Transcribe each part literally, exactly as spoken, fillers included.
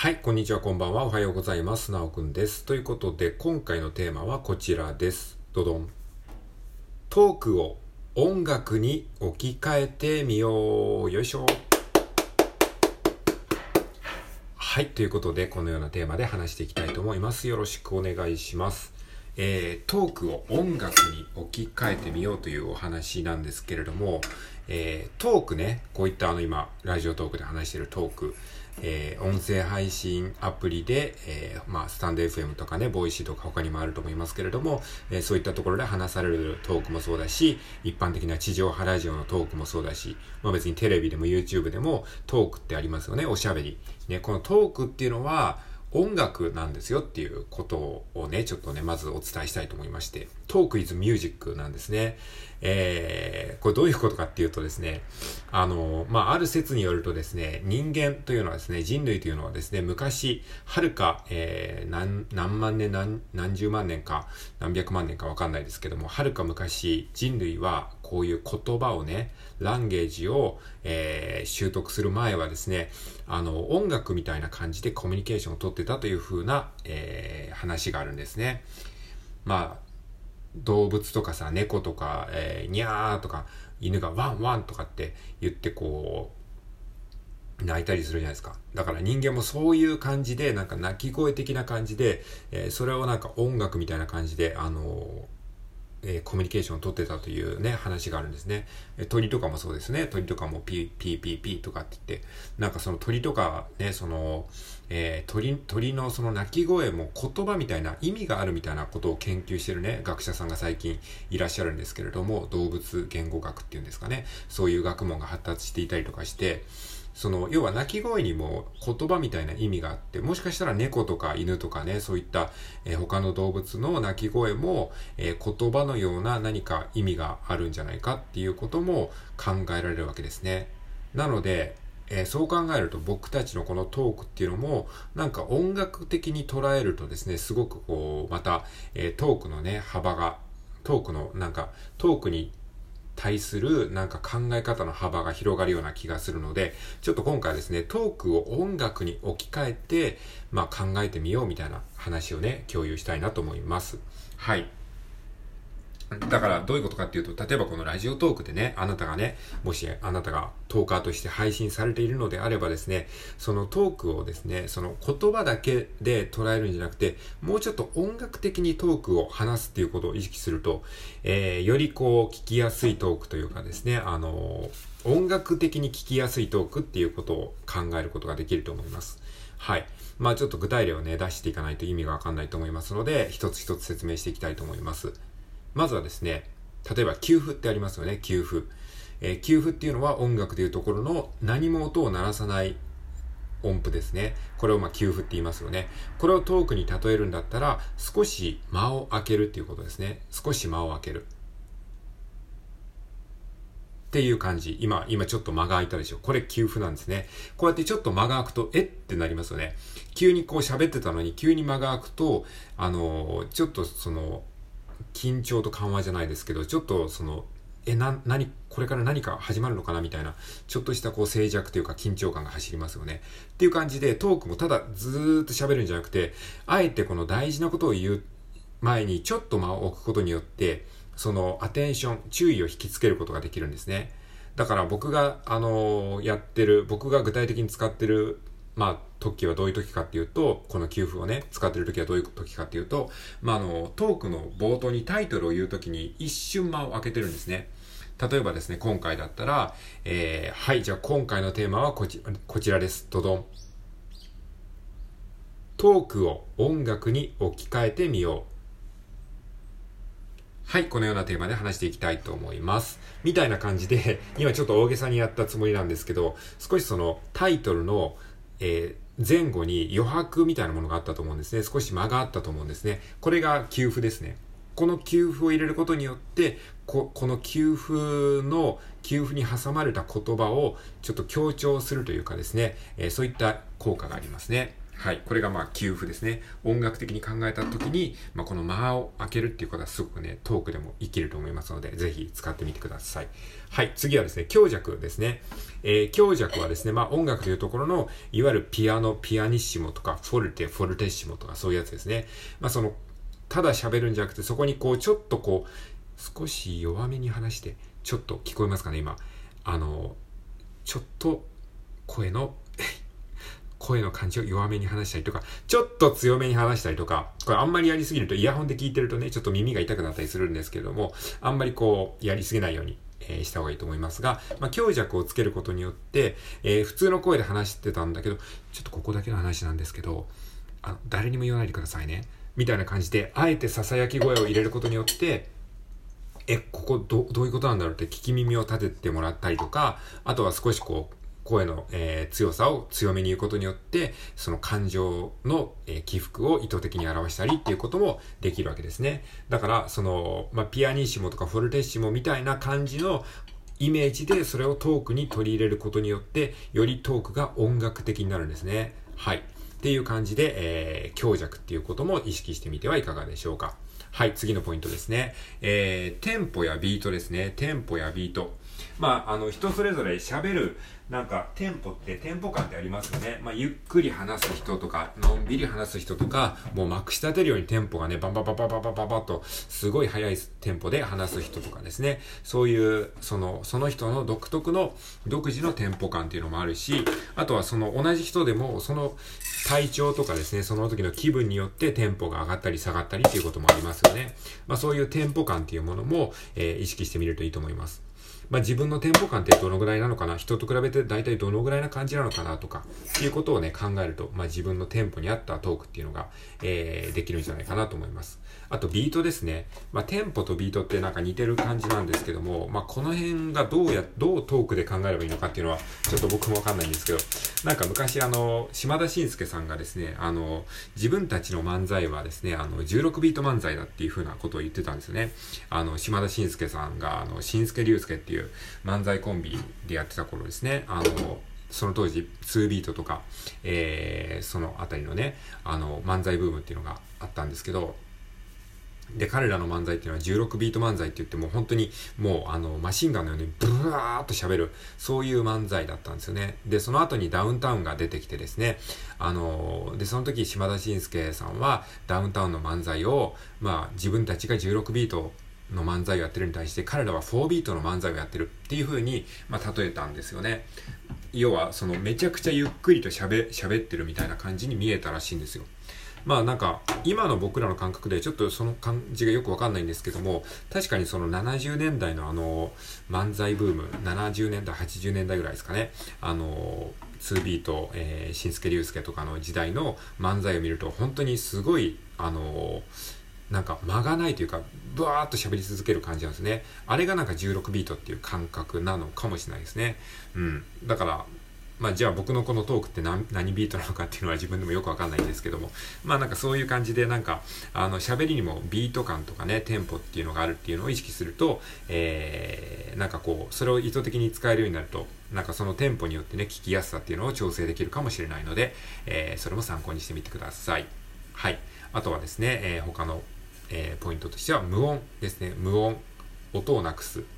はい、こんにちは、こんばんは。おはようございます。なおくんです。ということで、今回のテーマはこちらです。どどん。トークを音楽に置き換えてみよう。よいしょ。はい、ということで、このようなテーマで話していきたいと思います。よろしくお願いします。えー、トークを音楽に置き換えてみようというお話なんですけれども、えー、トークね、こういったあの今、ラジオトークで話しているトーク、えー、音声配信アプリで、えー、まあ、スタンド エフエム とかね、ボイシーとか他にもあると思いますけれども、えー、そういったところで話されるトークもそうだし、一般的な地上波ラジオのトークもそうだし、まあ別にテレビでも YouTube でもトークってありますよね、おしゃべり。ね、このトークっていうのは、音楽なんですよっていうことをね、ちょっとね、まずお伝えしたいと思いまして、トーク is music なんですね。えー、これどういうことかっていうとですね、あの、まあ、ある説によるとですね、人間というのはですね、人類というのはですね、昔、はるか、えー、何、何万年、何、何十万年か、何百万年かわかんないですけども、はるか昔、人類はこういう言葉をね、ランゲージを、えー、習得する前はですね、あの、音楽みたいな感じでコミュニケーションをとってたという風な、えー、話があるんですね。まあ、動物とかさ、猫とか、えー、にゃーとか、犬がワンワンとかって言ってこう、泣いたりするじゃないですか。だから人間もそういう感じで、なんか鳴き声的な感じで、えー、それをなんか音楽みたいな感じで、あのー、えー、コミュニケーションを取ってたというね、話があるんですね。えー、鳥とかもそうですね。鳥とかもピーピーピーピーとかって言って、なんかその鳥とかね、その、えー、鳥、鳥のその鳴き声も言葉みたいな意味があるみたいなことを研究してるね、学者さんが最近いらっしゃるんですけれども、動物言語学っていうんですかね。そういう学問が発達していたりとかして、その、要は鳴き声にも言葉みたいな意味があって、もしかしたら猫とか犬とかね、そういった、えー、他の動物の鳴き声も、えー、言葉のような何か意味があるんじゃないかっていうことも考えられるわけですね。なので、えー、そう考えると僕たちのこのトークっていうのも、なんか音楽的に捉えるとですね、すごくこう、また、えー、トークのね、幅が、トークの、なんか、トークに対するなんか考え方の幅が広がるような気がするので、ちょっと今回はですね、トークを音楽に置き換えて、まあ考えてみようみたいな話をね、共有したいなと思います。はい。だからどういうことかっていうと、例えばこのラジオトークでね、あなたがね、もしあなたがトーカーとして配信されているのであればですね、そのトークをですね、その言葉だけで捉えるんじゃなくて、もうちょっと音楽的にトークを話すっていうことを意識すると、えー、よりこう聞きやすいトークというかですね、あのー、音楽的に聞きやすいトークっていうことを考えることができると思います。はい。まあちょっと具体例をね、出していかないと意味がわかんないと思いますので、一つ一つ説明していきたいと思います。まずはですね、例えば給付ってありますよね、給付。えー、給付っていうのは音楽でいうところの何も音を鳴らさない音符ですね。これをまあ給付って言いますよね。これをトークに例えるんだったら、少し間を空けるっていうことですね。少し間を空ける。っていう感じ。今、今ちょっと間が空いたでしょ。これ給付なんですね。こうやってちょっと間が空くと、えってなりますよね。急にこう喋ってたのに、急に間が空くと、あのー、ちょっとその、緊張と緩和じゃないですけど、ちょっとその、え、な、何、これから何か始まるのかなみたいな、ちょっとしたこう静寂というか緊張感が走りますよね。っていう感じで、トークもただずーっと喋るんじゃなくて、あえてこの大事なことを言う前にちょっと間を置くことによって、そのアテンション、注意を引きつけることができるんですね。だから僕が、あのー、やってる、僕が具体的に使ってるまあ、時はどういう時かっていうと、この給付をね、使ってる時はどういう時かっていうと、まあ、あの、トークの冒頭にタイトルを言う時に一瞬間を空けてるんですね。例えばですね、今回だったら、えー、はい、じゃあ今回のテーマはこち、こちらです。どどん。トークを音楽に置き換えてみよう。はい、このようなテーマで話していきたいと思います。みたいな感じで、今ちょっと大げさにやったつもりなんですけど、少しそのタイトルのえー、前後に余白みたいなものがあったと思うんですね。少し間があったと思うんですね。これが給付ですね。この給付を入れることによって、こ、この給付の、給付に挟まれた言葉をちょっと強調するというかですね、えー、そういった効果がありますね。 はい。これがまあ休符ですね。音楽的に考えた時に、まあ、この間を開けるっていうことはすごくね、トークでも生きると思いますので、ぜひ使ってみてください。はい。次はですね、強弱ですね。えー、強弱はですね、まあ音楽というところの、いわゆるピアノ、ピアニッシモとか、フォルテ、フォルテッシモとかそういうやつですね。まあその、ただ喋るんじゃなくて、そこにこう、ちょっとこう、少し弱めに話して、ちょっと聞こえますかね、今。あの、ちょっと声の、声の感じを弱めに話したりとか、ちょっと強めに話したりとか、これあんまりやりすぎるとイヤホンで聞いてるとね、ちょっと耳が痛くなったりするんですけれども、あんまりこう、やりすぎないように、えー、した方がいいと思いますが、まあ、強弱をつけることによって、えー、普通の声で話してたんだけど、ちょっとここだけの話なんですけど、あの、誰にも言わないでくださいね。みたいな感じで、あえて囁き声を入れることによって、え、ここど、どういうことなんだろうって聞き耳を立ててもらったりとか、あとは少しこう、声の、えー、強さを強めに言うことによって、その感情の、えー、起伏を意図的に表したりっていうこともできるわけですね。だから、その、まあ、ピアニッシモとかフォルテッシモみたいな感じのイメージでそれをトークに取り入れることによって、よりトークが音楽的になるんですね。はい。っていう感じで、えー、強弱っていうことも意識してみてはいかがでしょうか。はい、次のポイントですね。えー、テンポやビートですね。テンポやビート。まあ、あの、人それぞれ喋る、なんか、テンポって、テンポ感ってありますよね。まあ、ゆっくり話す人とか、のんびり話す人とか、もうまくし立てるようにテンポがね、バンバンバンバンバンバンバンバンと、すごい速いテンポで話す人とかですね。そういう、その、その人の独特の、独自のテンポ感っていうのもあるし、あとはその同じ人でも、その体調とかですね、その時の気分によってテンポが上がったり下がったりっていうこともありますよね。まあ、そういうテンポ感っていうものも、えー、意識してみるといいと思います。まあ、自分のテンポ感ってどのぐらいなのかな、人と比べて大体どのぐらいな感じなのかなとかっていうことをね考えると、まあ、自分のテンポに合ったトークっていうのが、えー、できるんじゃないかなと思います。あとビートですね。まあ、テンポとビートってなんか似てる感じなんですけども、まあ、この辺がどうやどうトークで考えればいいのかっていうのはちょっと僕もわかんないんですけど、なんか昔あの島田紳介さんがですね、あの自分たちの漫才はですね、あのじゅうろくビート漫才だっていう風なことを言ってたんですよね。あの島田紳介さんがあの紳助龍介っていう漫才コンビでやってた頃ですね、あのその当時にビートとか、えー、そのあたりのね、あの漫才ブームっていうのがあったんですけど、で彼らの漫才っていうのはじゅうろくビート漫才って言っても本当にもうあのマシンガンのようにブワーっと喋る、そういう漫才だったんですよね。でその後にダウンタウンが出てきてですね、あのでその時島田紳介さんはダウンタウンの漫才を、まあ自分たちがじゅうろくビートの漫才をやってるに対して彼らはよんビートの漫才をやってるっていう風に、まあ、例えたんですよね。要はそのめちゃくちゃゆっくりと喋喋ってるみたいな感じに見えたらしいんですよ。まあなんか今の僕らの感覚でちょっとその感じがよくわかんないんですけども、確かにそのななじゅうねんだいのあの漫才ブーム、ななじゅうねんだいはちじゅうねんだいぐらいですかね、あのにビート、えー、紳助龍介とかの時代の漫才を見ると本当にすごいあのなんか間がないというかブワーっと喋り続ける感じなんですね。あれがなんかじゅうろくビートっていう感覚なのかもしれないですね。うん。だからまあじゃあ僕のこのトークって何、何ビートなのかっていうのは自分でもよくわかんないんですけども、まあなんかそういう感じでなんかあの喋りにもビート感とかねテンポっていうのがあるっていうのを意識すると、えー、なんかこうそれを意図的に使えるようになると、なんかそのテンポによってね聞きやすさっていうのを調整できるかもしれないので、えー、それも参考にしてみてください。はい。あとはですね、えー、他の、えー、ポイントとしては無音ですね。無音、音をなくす。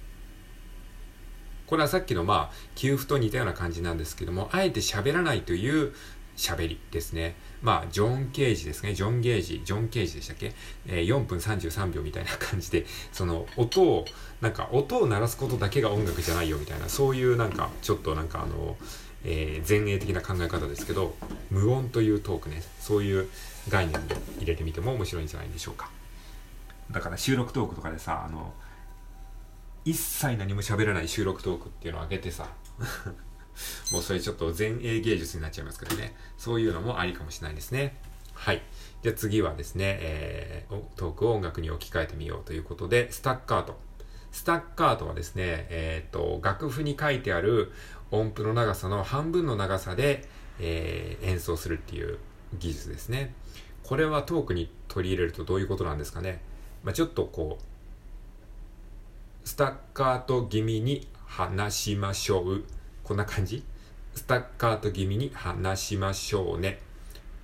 これはさっきのまあ給付と似たような感じなんですけども、あえて喋らないという喋りですね。まあジョン・ケージですね。ジョン・ゲージ、ジョン・ケージでしたっけ、えー、よんぷんさんじゅうさんびょうみたいな感じで、その音をなんか音を鳴らすことだけが音楽じゃないよみたいな、そういうなんかちょっとなんかあの、えー、前衛的な考え方ですけど、無音というトークね、そういう概念で入れてみても面白いんじゃないでしょうか。だから収録トークとかでさ、あの一切何も喋らない収録トークっていうのを上げてさもうそれちょっと前衛芸術になっちゃいますけどね、そういうのもありかもしれないですね。はい。じゃあ次はですね、えー、トークを音楽に置き換えてみようということで、スタッカート。スタッカートはですね、えっと、楽譜に書いてある音符の長さの半分の長さで、えー、演奏するっていう技術ですね。これはトークに取り入れるとどういうことなんですかね。まあ、ちょっとこう、スタッカート気味に話しましょう。こんな感じ？スタッカート気味に話しましょうね。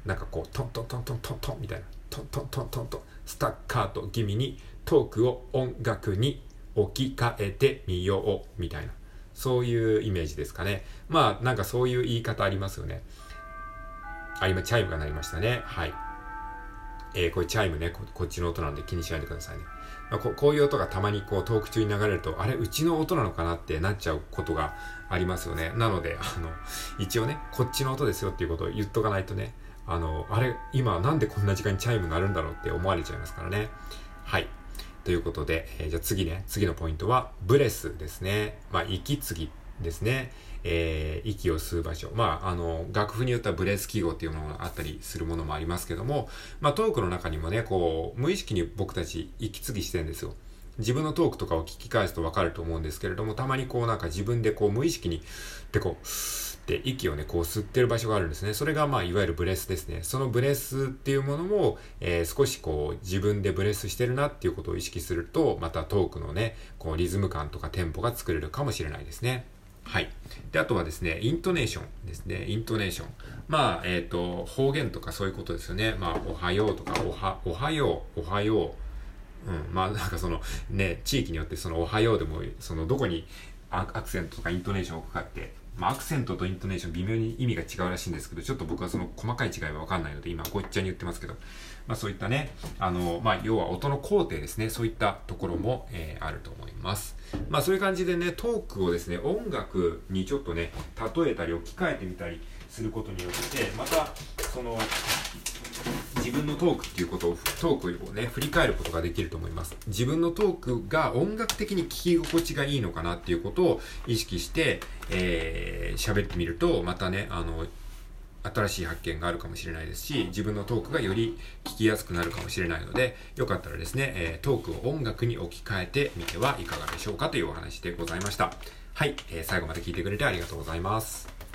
なんかこうトントントントントントンみたいな、トントントントントンスタッカート気味にトークを音楽に置き換えてみようみたいな、そういうイメージですかね。まあなんかそういう言い方ありますよね。あ、今チャイムが鳴りましたね。はい。えー、これチャイムね、こ、こっちの音なんで気にしないでくださいね。まあ、こ, こういう音がたまにこうトーク中に流れると、あれうちの音なのかなってなっちゃうことがありますよね。なので、あの、一応ね、こっちの音ですよっていうことを言っとかないとね、あの、あれ今なんでこんな時間にチャイムが鳴るんだろうって思われちゃいますからね。はい。ということで、えー、じゃあ次ね、次のポイントは、ブレスですね。まあ、息継ぎですね。えー、息を吸う場所。まあ、あの、楽譜によってはブレス記号っていうものがあったりするものもありますけども、まあ、トークの中にもね、こう、無意識に僕たち息継ぎしてるんですよ。自分のトークとかを聞き返すとわかると思うんですけれども、たまにこうなんか自分でこう無意識に、でこう、で息をね、こう吸ってる場所があるんですね。それがまあ、いわゆるブレスですね。そのブレスっていうものも、えー、少しこう、自分でブレスしてるなっていうことを意識すると、またトークのね、こう、リズム感とかテンポが作れるかもしれないですね。はい。で、あとはですね、イントネーションですね。イントネーション。まあ、えっと、方言とかそういうことですよね。まあ、おはようとか、おは、おはよう、おはよう。うん。まあ、なんかその、ね、地域によってその、おはようでも、その、どこにアクセントとかイントネーションを置くかって、まあ、アクセントとイントネーション微妙に意味が違うらしいんですけど、ちょっと僕はその細かい違いはわかんないので、今、ごっちゃに言ってますけど、まあ、そういったね、あの、まあ、要は音の工程ですね。そういったところも、えー、あると思います。まあ、そういう感じでね、トークをですね、音楽にちょっとね、例えたり置き換えてみたりすることによって、また、その、自分のトークっていうことを、トークをね、振り返ることができると思います。自分のトークが音楽的に聞き心地がいいのかなっていうことを意識して、えー、喋ってみると、またね、あの、新しい発見があるかもしれないですし、自分のトークがより聞きやすくなるかもしれないので、よかったらですね、えー、トークを音楽に置き換えてみてはいかがでしょうかというお話でございました。はい、えー、最後まで聞いてくれてありがとうございます。